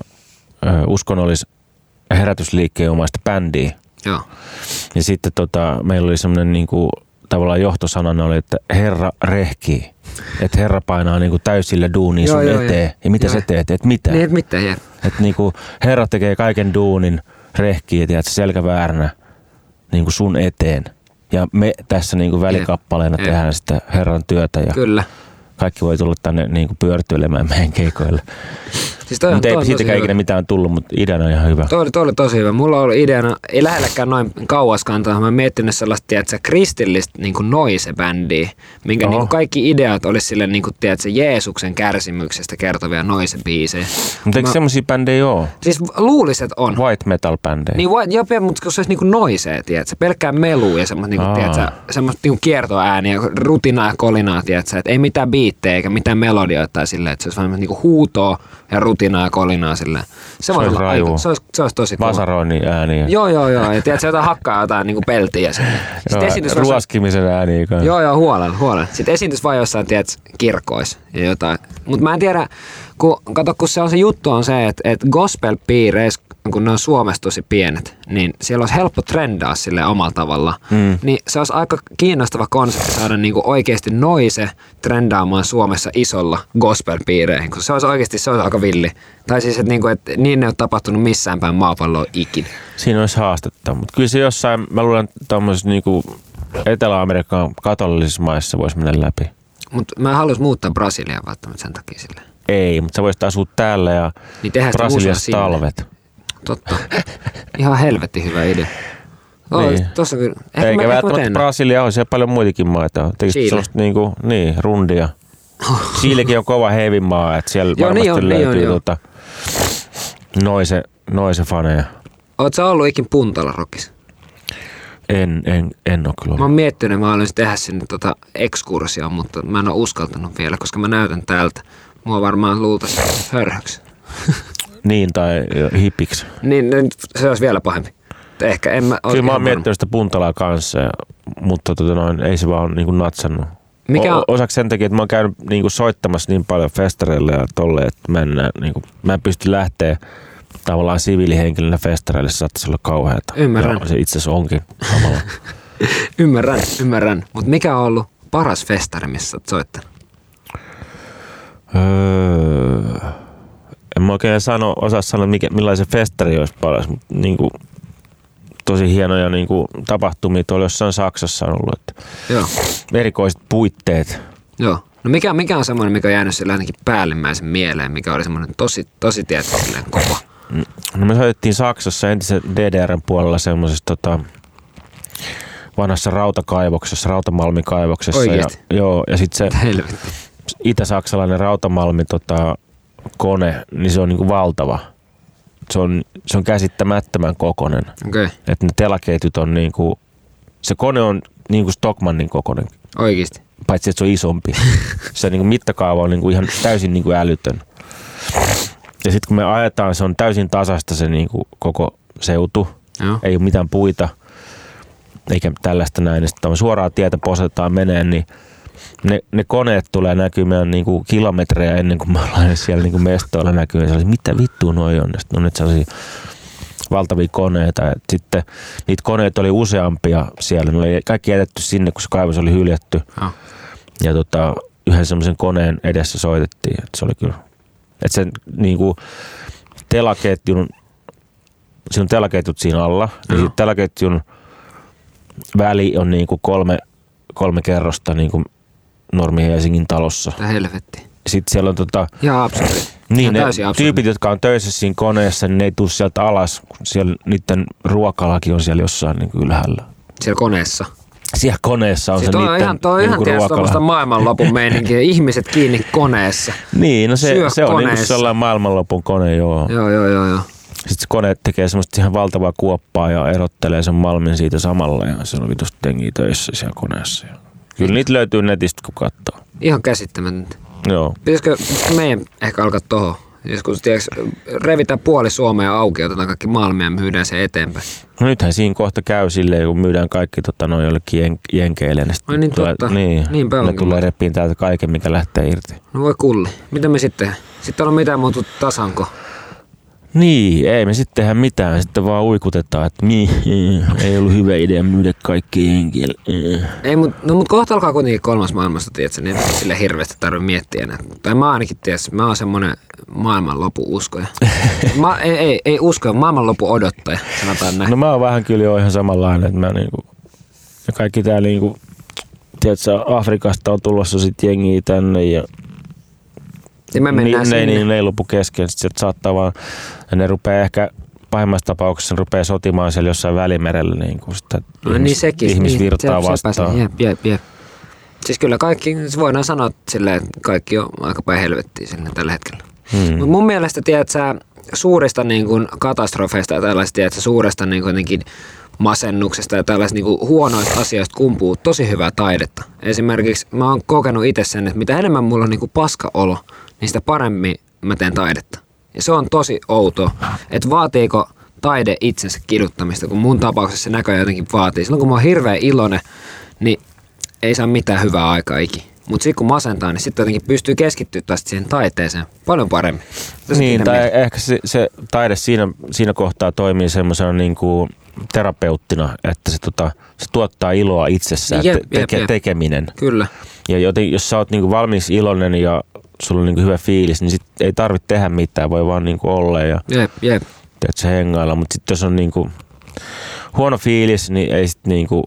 uskonnollis herätysliikkeen omaista bändiä. Joo. Ja sitten meillä oli semmoinen niinku, tavallaan johtosanana oli, että Herra rehkii. Että Herra painaa niinku täysillä duunia sun eteen. Ja mitä sä teet? Et mitään. Niin, et mitään, jep. Että niinku Herra tekee kaiken duunin, rehkii ja tiedät, selkä vääränä niinku sun eteen. Ja me tässä niinku välikappaleena tehdään sitä Herran työtä. Ja kyllä. Kaikki voi tulla tänne niin kuin pyörittelemään meidän keikoille. Siis mutta ei siitäkään ikinä mitään tullut, mutta ideana on ihan hyvä. Toi oli tosi hyvä. Mulla oli ideana, ei lähelläkään noin kauaskantaa, mä miettinyt sellaista, tiedätkö, kristillistä niin kuin noise-bändiä, minkä niin kuin kaikki ideat olisi sille, niin kuin, tiedätkö, Jeesuksen kärsimyksestä kertovia noise-biisejä. Mutta eikö semmosia bändejä ole? Siis luuliset on. White metal-bändejä. Niin, mutta kun se olisi niin kuin noisea, tiedätkö, pelkkää melua ja semmoista, niin kuin, tiedätkö, semmoista niin kuin kiertoääniä, rutinaa ja kolinaa, tiedätkö, että ei mitään biittejä eikä mitään melodioita tai silleen, että se olisi vaan niin kuin huutoa ja rutinaa ja kolinaa silleen. Se olisi raju. Se olisi tosi kova. Vasaroinnin ääniä. Joo. Ja tiedätkö, jotain hakkaa jotain niinku peltiä silleen. Ruoskimisen ääniä kanssa. Joo, huolella. Sitten esiintys vaan jossain, tiedätkö, kirkkois ja jotain. Mutta mä en tiedä, kun se on se juttu on se, että gospel-piireissä, kun ne on Suomessa tosi pienet, niin siellä olisi helppo trendaa silleen omalla tavalla. Niin se olisi aika kiinnostava konsepti saada niinku oikeasti noise trendaamaan Suomessa isolla gospel-piireihin, kun se olisi aika villi. Tai siis, että niinku, niin ei ole tapahtunut missään päin maapalloa ikinä. Siinä olisi haastetta, mutta kyllä se jossain, mä luulen tommosessa niinku Etelä-Amerikan katolisissa maissa voisi mennä läpi. Mutta mä haluaisin muuttaa Brasiliaan välttämättä sen takia silleen. Ei, mutta sä voisit asua täällä ja niin Brasiliassa talvet. Totta. Ihan helvetti hyvä idea. Niin. Tossa kyllä. Eikä välttämättä Brasilia on, siellä paljon muitakin maita. Chile. Rundia. Chilekin on kova heavy maa, että siellä varmasti löytyy noise faneja. Oot sä ollut ikin Puntalla Rockissa? En ole kyllä. Mä oon miettinyt, mä haluaisin tehdä sinne ekskursia, mutta mä en ole uskaltanut vielä, koska mä näytän täältä. Mua varmaan luultaisi hörhöksi. Niin, tai hipiksi. Niin, se olisi vielä pahempi. Ehkä en mä kyllä mä oon miettinyt sitä Puntalaa kanssa, mutta ei se vaan niin kuin natsannut. Osaksi sen takia, että mä oon käynyt niin kuin soittamassa niin paljon festareille ja tolleen, että mä en pysty lähteä tavallaan siviilihenkilönä festareille, se saattaisi olla kauheata. Ymmärrän. Ja se itse asiassa onkin samalla. Ymmärrän. Mutta mikä on ollut paras festari, missä olet soittanut? En mä oikein osaa sanoa, millainen festari olisi paras, mutta niinku, tosi hienoja niinku, tapahtumia tuolla jossain Saksassa on ollut. Joo. Erikoiset puitteet. Joo. No mikä on semmoinen, mikä on jäänyt sille ainakin päällimmäisen mieleen, mikä oli semmoinen tosi tietysti silleen kova? No me soitettiin Saksassa entisen DDRn puolella semmoisessa vanhassa rautamalmikaivoksessa. Oikeesti? Ja sitten se itä-saksalainen rautamalmi kone, niin se on niinku valtava. Se on käsittämättömän kokoinen. Okay. Että ne telaketjut on niinku, se kone on niinku Stockmannin kokoinen. Oikeesti? Paitsi että se on isompi. Se niinku mittakaava on niinku ihan täysin niinku älytön. Ja sitten kun me ajetaan, se on täysin tasasta se niinku koko seutu. Joo. Ei ole mitään puita eikä tällaista näin. Ja sitten suoraan tietä posetaan meneen, niin ne koneet tulee näkymään niinku kilometrejä ennen kuin me ollaan siellä niinku mestoilla näkyy. Ja mitä vittua noi on? Sitten on nyt sellaisia valtavia koneita. Et sitten niitä koneita oli useampia siellä. Ne oli kaikki jätetty sinne, kun se kaivos oli hyljätty. Oh. Ja yhden semmoisen koneen edessä soitettiin. Et se oli kyllä. Että se niinku telaketjun, siinä on telaketjut siinä alla. Ja sitten telaketjun väli on niinku kolme kerrosta niinku normi Helsingin talossa. Tää helvetti. Sitten siellä on ihan absurdi. Niin, ne tyypit, jotka on töissä siinä koneessa, niin ne ei tule sieltä alas, kun siellä niiden ruokalakin on siellä jossain niin ylhäällä. Siellä koneessa? Siellä koneessa on se niiden ruokala. Toi on ihan tietysti tuommoista maailmanlopun meininkiä. Ihmiset kiinni koneessa. Niin, no se on niin kuin sellainen maailmanlopun kone, joo. Joo. Sitten se kone tekee semmoista ihan valtavaa kuoppaa ja erottelee sen malmin siitä samalla. Ja se on vitusti tengiä töissä siellä koneessa. Kyllä niitä löytyy netistä, kun katsoo. Ihan käsittämätöntä. Joo. Pitäisikö meidän ehkä alkaa tohon? Joskus revitään puoli Suomea auki ja otetaan kaikki malmia ja myydään se eteenpäin. No nythän siinä kohta käy silleen, kun myydään kaikki jollekin jenkeille. Niin totta. Niinpä ne tulee repiin täältä kaiken, mikä lähtee irti. No voi kulli. Mitä me sitten? Sitten on mitään muuta tasanko? Niin, ei me sitten tehdä mitään. Sitten vaan uikutetaan, että ei ollut hyvä idea myydä kaikki jenkille. Ei, mutta kohta alkaa kuitenkin kolmas maailmasta, tiedätkö, niin ei sille hirveästi tarvitse miettiä enää. Tai mä ainakin tiedätkö, mä oon semmonen maailmanlopu-uskoja. ei uskoja, maailmanlopu-odottaja, sanotaan näin. No mä oon vähän kyllä jo ihan samanlainen, että mä niinku, ja kaikki tää niinku, tiedätkö, Afrikasta on tulossa sit jengiä tänne ja ne ei lopu kesken, sitten sieltä saattaa vaan, ja ne rupeaa ehkä pahimmassa tapauksessa rupeaa sotimaan siellä jossain Välimerellä niin kuin sitä ihmisvirtaa vastaan. Jep. Siis kyllä kaikki, voidaan sanoa silleen, että kaikki on aika päin helvettiä sinne tällä hetkellä. Mutta mun mielestä, tiedätkö, suurista niin kuin katastrofeista ja tällaisista, tiedätkö, suuresta niin kuin masennuksesta ja tällaisista niin kuin huonoista asioista kumpuu tosi hyvää taidetta. Esimerkiksi mä oon kokenut itse sen, että mitä enemmän mulla on niin kuin paska-olo, niin sitä paremmin mä teen taidetta. Ja se on tosi outoa, että vaatiiko taide itsensä kiduttamista, kun mun tapauksessa se näköjään jotenkin vaatii. Silloin kun mä oon hirveän iloinen, niin ei saa mitään hyvää aikaa ikinä. Mutta sitten kun masentaa, niin sitten jotenkin pystyy keskittyä taas siihen taiteeseen paljon paremmin. Niin, tai ehkä se taide siinä kohtaa toimii semmoisena niinku terapeuttina, että se tuottaa iloa itsessään, tekeminen. Kyllä. Ja jos sä oot niinku valmis iloinen ja sulla on niinku hyvä fiilis, niin sit ei tarvitse tehdä mitään, voi vaan niinku olla ja teet se hengailla. Mutta sitten jos on niinku huono fiilis, niin ei sit niinku,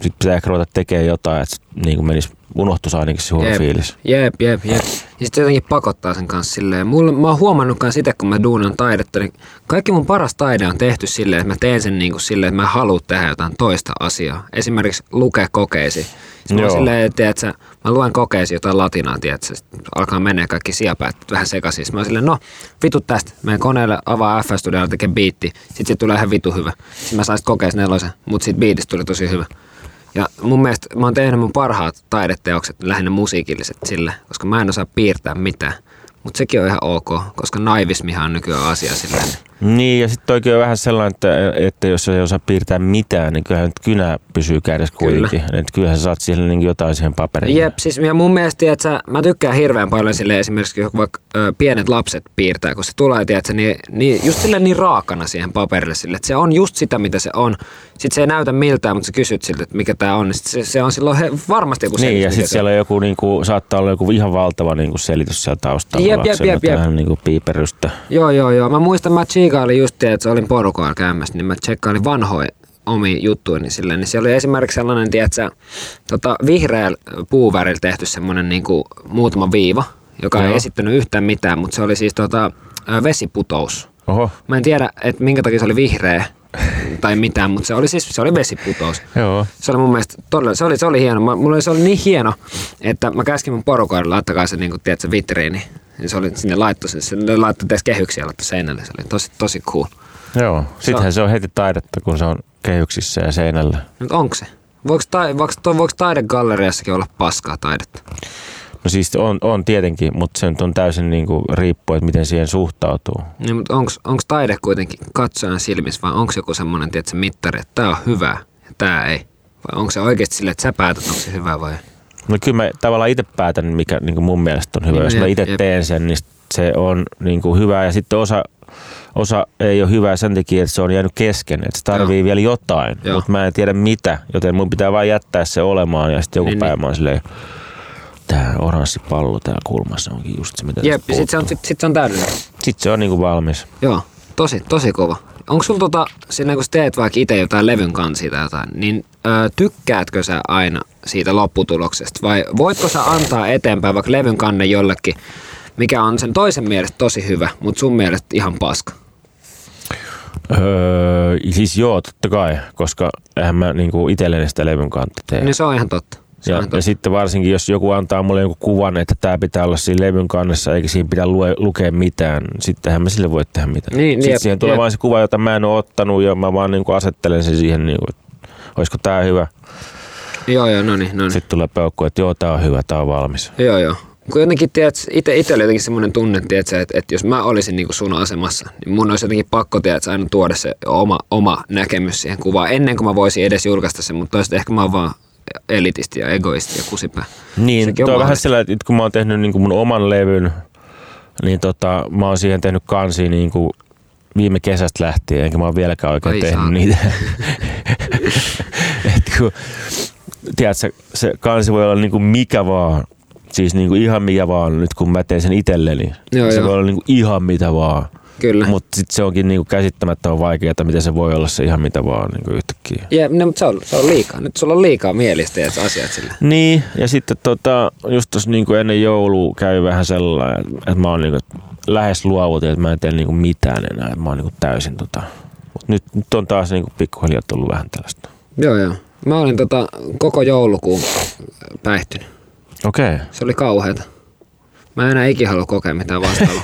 Sitten pitää ehkä ruveta tekemään jotain, että niin menisi, unohtuisi ainakin se huono fiilis. Jep. Ja sitten jotenkin pakottaa sen kanssa silleen. Mä oon huomannutkaan sitä, kun mä duunan taidetta, niin kaikki mun paras taide on tehty silleen, että mä teen sen niin kuin silleen, että mä haluan tehdä jotain toista asiaa. Esimerkiksi lukea kokeesi. Sitten mä oon silleen, että mä luen kokeesi jotain latinaa, tiedätkö, alkaa menee kaikki sijapäät vähän sekaisin. Mä oon silleen, no vitu tästä. Meidän koneelle avaa FL Studiolla tekee biitti. Sitten siitä tulee ihan vitu hyvä. Sitten mä saisin kokeesi 4, mutta siitä biitistä tuli tosi hyvä. Ja mun mielestä mä oon tehnyt mun parhaat taideteokset, lähinnä musiikilliset sille, koska mä en osaa piirtää mitään. Mutta sekin on ihan ok, koska naivismihan on nykyään asia silleen. Niin, ja sitten toikin on vähän sellainen, että jos ei osaa piirtää mitään, niin kyllähän nyt kynä pysyy kädessä kuitenkin. Että kyllähän sä saat siihen niin jotain siihen paperiin. Jep, siis ja mun mielestä, että mä tykkään hirveän paljon silleen esimerkiksi, vaikka pienet lapset piirtää, kun se tulee, tiedätkö, niin just silleen niin raakana siihen paperille sille, että se on just sitä, mitä se on. Sitten se ei näytä miltään, mutta sä kysyt siltä, että mikä tää on, niin se on silloin varmasti joku selitys. Niin, ja sitten siellä on joku, niinku, saattaa olla joku ihan valtava niinku selitys siellä taustalla. Jep. Niinku piiperystä. Joo. Mä muistan, mä tsiikailin just, että olin porukalla käymässä, niin mä tsekkailin vanhoja omia juttuja, niin silleen, niin siellä oli esimerkiksi sellainen, tiedätkö, vihreällä puuvärillä tehty semmoinen niinku muutama viiva, joka ei esittänyt yhtään mitään, mutta se oli siis vesiputous. Oho. Mä en tiedä, että minkä takia se oli vihreä tai mitään, mutta se oli vesiputous. Joo. Se oli mun mielestä todella, se oli hieno. Se oli niin hieno, että mä käskin mun porukoille, laittakaa se niinku, tiedätkö, vitriini. Ja se oli sinne laittoi tässä kehyksiä laittoi seinälle. Se oli tosi cool. Joo, sittenhän se on heti taidetta, kun se on kehyksissä ja seinällä. Mutta onko se? Voiko taidegalleriassakin olla paskaa taidetta? No siis on tietenkin, mutta se on täysin niinku riippuu, että miten siihen suhtautuu. Niin, mutta onko taide kuitenkin katsojan silmissä vai onko joku semmoinen mittari, että tämä on hyvä ja tämä ei? Vai onko se oikeasti silleen, että sä päätät, onko se hyvä vai ei? No kyllä mä tavallaan itse päätän, mikä niin mun mielestä on hyvä. Niin, jos mä itse teen sen, niin se on niin kuin hyvä. Ja sitten osa ei ole hyvä sen takia, että se on jäänyt kesken. Että se tarvii vielä jotain, mutta mä en tiedä mitä. Joten mun pitää vain jättää se olemaan. Ja sitten joku päivä mä oon silleen, tää oranssi pallo täällä kulmassa onkin just se, mitä sit se on täydellinen. Sitten se on niin kuin valmis. Joo, tosi kova. Onko sulla siinä kun sä teet vaikka itse jotain levyn kansia tai jotain, niin tykkäätkö sä aina siitä lopputuloksesta vai voitko sä antaa eteenpäin vaikka levyn kanne jollekin, mikä on sen toisen mielestä tosi hyvä, mutta sun mielestä ihan paska? Siis joo, totta kai, koska eihän mä niinku itselleni sitä levyn kanta tee. Niin se on ihan totta. Ja sitten varsinkin, jos joku antaa mulle jonkun kuvan, että tää pitää olla siinä levyn kannessa eikä siinä pitää lukea mitään, sittenhän mä sille voi tehdä mitään. Sitten siihen tulee vain se kuva, jota mä en ole ottanut ja mä vaan niinku asettelen sen siihen, niinku, että olisiko tää hyvä. Joo, no niin. Sitten tulee peukku, että joo, tää on hyvä, tää on valmis. Joo. Kun jotenkin, tiedät, itse oli jotenkin semmoinen tunne, että jos mä olisin niinku sun asemassa, niin mun olisi jotenkin pakko aina tuoda se oma näkemys siihen kuvaan, ennen kuin mä voisin edes julkaista sen, mutta toisaalta ehkä mä oon vaan elitisti ja egoisti ja kusipää. Niin, tuo on vähän sellainen, että kun mä oon tehnyt niin kuin mun oman levyn, niin mä oon siihen tehnyt kansia niin kuin viime kesästä lähtien, enkä mä oon vieläkään oikein tehnyt niitä. Tiedätkö, se kansi voi olla niin kuin mikä vaan, siis niin kuin ihan mikä vaan nyt kun mä teen sen itselleni. Se voi olla niin kuin ihan mitä vaan. Kyllä. Mutta sitten se onkin niinku käsittämättä vaikeaa, miten se voi olla se ihan mitä vaan niinku yhtäkkiä. No, mutta se on liikaa. Nyt sulla on liikaa mielistä ja asiat sillä. Niin, ja sitten just tuossa niinku ennen joulua käy vähän sellainen, että mä oon niinku lähes luovutin, että mä en tee niinku mitään enää. Että mä oon niinku täysin Mut nyt on taas niinku pikkuhiljaa tullut vähän tällaista. Joo. Mä olin koko joulukuun päihtynyt. Okei. Se oli kauheata. Mä en enää ikinä halua kokea mitään vastaavaa.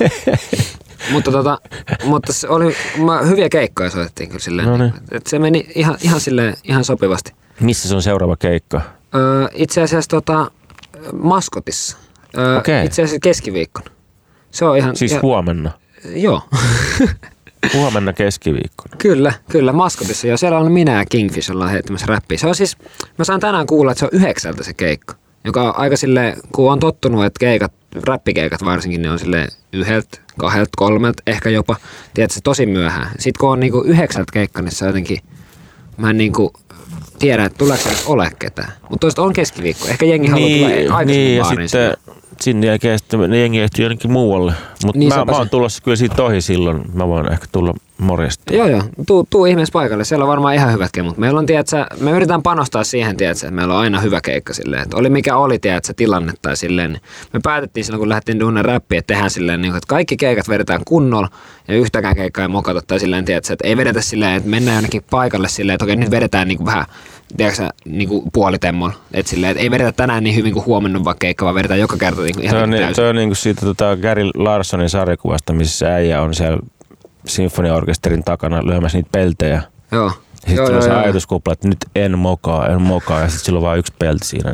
mutta se oli, hyviä keikkoja soitettiin kyllä silleen, että se meni ihan sopivasti. Missä se on seuraava keikka? Itse asiassa Maskotissa. Itse asiassa keskiviikkona. Se on ihan... Siis huomenna? Joo. Huomenna keskiviikkona? Kyllä, Maskotissa. Ja siellä on minä ja Kingfish ollaan heittämässä räppiä. Se on siis, mä saan tänään kuulla, että se on 9 se keikka. Joka on aika silleen, kun on tottunut, että räppikeikat varsinkin, ne on silleen 1, 2, 3, ehkä jopa, tiedätkö, tosi myöhään. Sitten kun on niinku 9 keikka, niin se jotenkin, mä en niinku tiedä, että tuleeko se ole ketään. Mutta toista on keskiviikko, ehkä jengi haluaa tulla aikaisemmin niin, ja baariin. Sitten sinne jälkeen jengi ehtii jonnekin muualle. Mutta niin, mä oon tulossa kyllä siitä ohi silloin, mä voin ehkä tulla morjesta. Joo. Tuu ihmeessä paikalle. Siellä on varmaan ihan hyvät kemmut. Meillä on, tiedätkö, me yritetään panostaa siihen, tiedätkö, että meillä on aina hyvä keikka silleen. Että oli mikä oli, tiedätkö, tilanne tai silleen. Niin me päätettiin silloin, kun lähdettiin duunen räppiä, että tehdään silleen, että kaikki keikat vedetään kunnolla ja yhtäkään keikkaa ei mokata tai silleen, tiedätkö, että ei vedetä silleen, että mennään jonnekin paikalle silleen, että okei, nyt vedetään niin kuin vähän, tiedätkö, niin kuin puolitemmolla. Että silleen, että ei vedetä tänään niin hyvin kuin huomenna vaan keikka, vaan vedetään joka kerta niin kuin ihan täysin. Toi on niin kuin siitä Gary Larssonin sarjakuvasta, missä äijä on siellä sinfoniaorkesterin takana lyömässä niitä peltejä. Joo. Sitten sulla on se ajatuskupla, että nyt en mokaa. Ja sitten sillä on vaan yksi pelti siinä.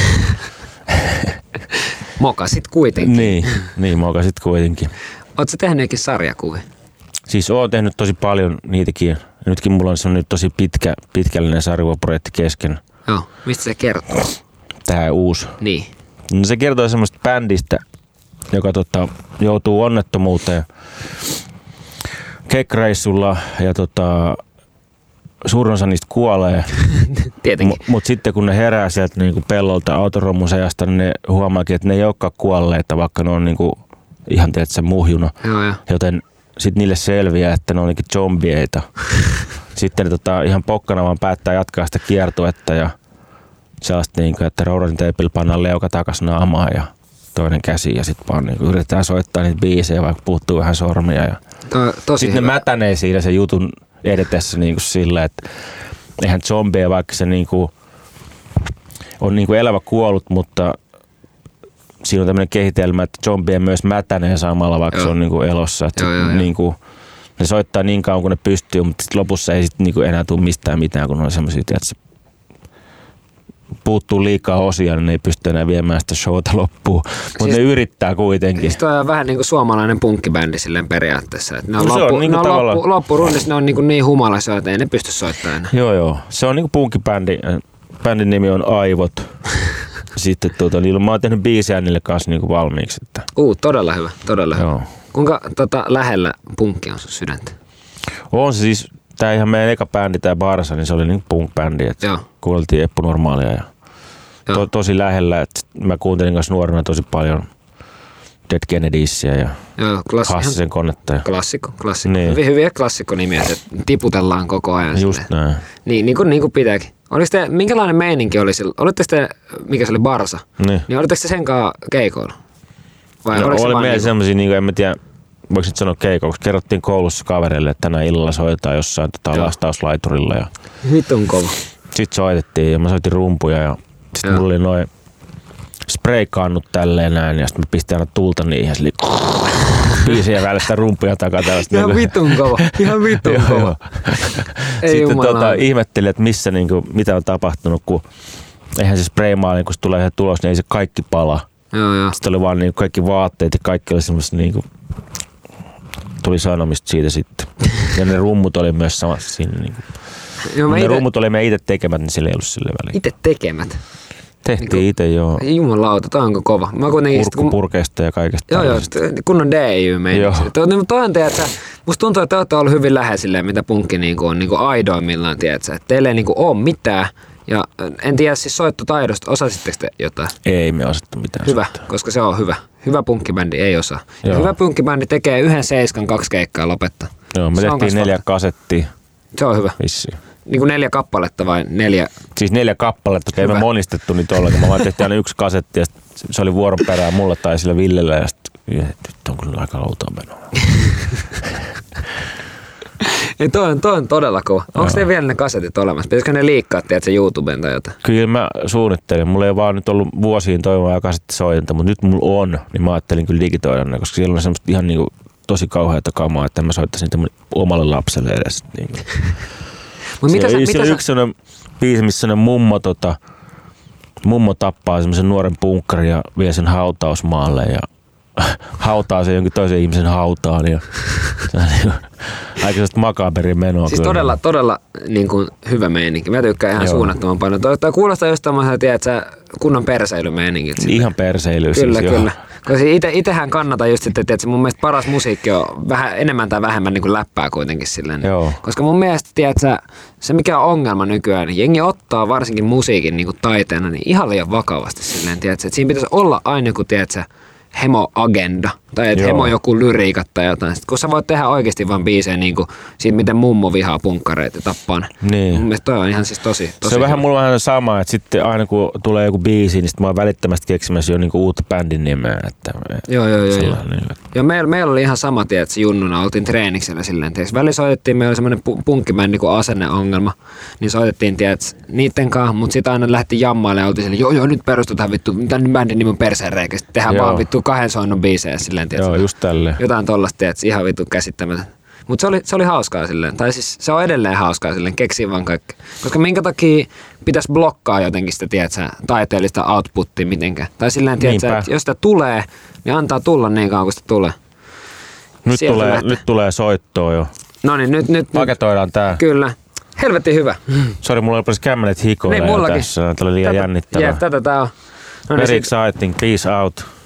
Mokasit kuitenkin. Niin, mokasit kuitenkin. Ootko sä tehnyt jokin sarjakuvia? Siis oon tehnyt tosi paljon niitäkin. Nytkin mulla on semmoinen tosi pitkällinen sarjakuvaprojekti kesken. Joo, mistä se kertoo? Tää uusi. Niin. No, se kertoo semmoista bändistä, joka joutuu onnettomuuteen keikkareissulla ja suurin osa niistä kuolee. Tietenkin. Mutta sitten kun ne herää sieltä niinku pellolta autorommusajasta, niin ne huomaakin, että ne ei olekaan kuolleita, vaikka ne on niinku ihan tietysti muhjuna. Joo. Joten sitten niille selviää, että ne on niinkin zombieita. Sitten ne ihan pokkana vaan päättää jatkaa sitä kiertuetta ja sellaista, niinku, että roudarin teipillä pannaan leuka takas naamaan ja toinen käsi ja sitten vaan niinku yritetään soittaa niitä biisejä, vaikka puuttuu vähän sormia. Ja sitten ne mätänee siinä se jutun edetessä niinku sillä, että eihän zombie, vaikka se niinku on niinku elävä kuollut, mutta siinä on tämmöinen kehitelmä, että zombie myös mätänee samalla, vaikka se on niinku elossa. Että niinku, ne soittaa niin kauan kuin ne pystyy, mutta sit lopussa ei sit niinku enää tule mistään mitään, kun on semmoisia, että se puuttuu liikaa osia, niin ne ei pysty enää viemään sitä showta loppuun. Mutta siis, ne yrittää kuitenkin. Siis toi on vähän niin kuin suomalainen punkkibändi silleen periaatteessa. Että ne on loppurundissa ne on niin humalaisia, että ei ne pysty soittamaan enää. Joo. Se on niin kuin punkkibändi. Bändin nimi on Aivot. Sitten mä oon tehnyt biisejä niille kanssa niin kuin valmiiksi. Että. Todella hyvä. Joo. Kuinka lähellä punkki on sun sydäntä? On se siis. Tää ihan meidän eka bändi, tää Barsa, niin se oli niin punk-bändi, että kuunneltiin Eppu Normaalia ja tosi lähellä, että mä kuuntelin kanssa nuorena tosi paljon Dead Kennedysia ja Hassisen Konetta. Klassikko. Niin. Hyviä klassikkonimiä, että tiputellaan koko ajan. Just näin. Niin kuin pitääkin. Minkälainen meininki oli sillä? Olitte sitten, mikä se oli Barsa? Niin olitteko te sen kanssa keikoilla? Vai oli meillä semmosia, niin kuin en mä tiedä, voiko nyt sanoa keikoa, koska kerrottiin koulussa kavereille, että tänä illalla soitetaan jossain lastauslaiturilla. Ja vitun kova. Sitten soitettiin ja mä soitin rumpuja ja sitten mulla oli noin spreikkaannut tälleen näin ja sitten mä pistin aina tulta niihin ja sille biisien välistä rumpuja takaa tällaista. Ihan vitun kova. Sitten ihmettelin, että missä niinku, mitä on tapahtunut, kun eihän se spraymaali, kun se tulee se tulos, niin ei se kaikki pala. Joo. Sitten oli vaan niinku kaikki vaatteet ja kaikki oli semmoista niinku, tuli sanomista siitä sitten. Ja ne rummut oli myös samassa siinä. Niinku. Ne rummut oli me itse tekemät, niin sillä ei ollut sille väliin. Itse tekemät? Tehtiin niin itse, joo. Jumalauta, toi onko kova. Kurkkupurkeista ja kaikesta. Joo, kunnon DIY-meininki. Toihan tiedätkö, musta tuntuu, että te olette ollut hyvin lähellä mitä punkki niinku on niinku aidoimmillaan, tiedätkö. Että teillä ei niinku ole mitään. Ja en tiedä siis soittotaidosta, osasitteko te jotain? Ei me osattu mitään. Hyvä, koska se on hyvä. Hyvä punkkibändi ei osaa. Ja hyvä punkkibändi tekee 1/7 2 keikkaa lopettaa. Joo, me tehtiin 4 kasettia. Se on hyvä. Vissiin. Niin kuin 4 kappaletta vai 4? Siis 4 kappaletta, koska ei me monistettu niitä ollenkaan. Mä vaan tehtiin aina 1 kasetti ja se oli vuoron perään mulla tai sillä Villellä ja sitten nyt on kyllä aika loutaa menoa. Ei, toi on todella kova. Onko teillä vielä ne kasetit olemassa? Pitäisikö ne liikkaa, tiedätkö, YouTubeen tai jotain? Kyllä mä suunnittelen. Mulla ei vaan nyt ollut vuosiin toivaa kasettisoitinta, mutta nyt mulla on, niin mä ajattelin kyllä digitoida ne, koska siellä on semmoista ihan niinku tosi kauheata kamaa, että mä soittaisin niitä omalle lapselle edes. Niin. Se on yksi sellainen biisi, missä sellainen mummo tappaa semmoisen nuoren punkkarin ja vie sen hautausmaalle ja hautaa sen jonkin toisen ihmisen hautaan. Ja se on niin aika sellaista makaberin menoa. Siis todella niin kuin hyvä meininki. Mä tykkään ihan suunnattoman paljon. Toi kuulostaa just tämmöisen, tiedätkö, kunnon perseilymeininki. Ihan perseilyä siis. Kyllä. Koska itehän kannatan just sitten, että mun mielestä paras musiikki on vähän enemmän tai vähemmän niin kuin läppää kuitenkin silleen. Joo. Koska mun mielestä, tiedätkö, se mikä on ongelma nykyään, niin jengi ottaa varsinkin musiikin niin kuin taiteena niin ihan liian vakavasti silleen, tiedätkö, että siinä pitäisi olla aina joku, tiedätkö, hemo-agenda. Tai että Hemo joku lyriikat tai jotain. Sitten kun sä voit tehdä oikeasti vaan biisejä niinku siitä, miten mummo vihaa punkkareita ja tappaa ne. Niin. Mun mielestä toi on ihan siis tosi se on vähän mulla vähän sama, että sitten aina kun tulee joku biisi, niin sit mä oon välittömästi keksimässä jo niinku uutta bändin nimeä. Että joo. Ja meillä oli ihan sama tie, että junnuna oltiin treeniksellä silleen. Välillä soitettiin, meillä oli semmoinen punkkibändi kuin Asenneongelma, niin soitettiin niitten kanssa, mutta sitten aina lähti jammailemaan ja oltiin silleen, joo, nyt perustutaan vittu, tämän bändin nimi on Perseenreikä, sitten tehdään vaan vittu 2 soinnon biisejä silleen, joo, just tälleen. Jotain tollaista, tiedätkö, ihan vittu käsittämättä. Mutta se oli hauskaa silleen, tai siis se on edelleen hauskaa silleen, keksii vaan kaikki. Koska minkä takia pitäisi blokkaa jotenkin sitä, tiedätkö, taiteellista outputtia mitenkään. Tai silleen, tiedätkö, että jos sitä tulee, niin antaa tulla niin kauan kuin sitä tulee. Nyt tulee soittoa jo. No niin, nyt. Paketoidaan tää. Kyllä. Helvetin hyvä. Sori, mulla oli kämmenet hikoilla tässä. Tämä oli liian jännittävää. Tätä tää on. Very exciting. Peace out.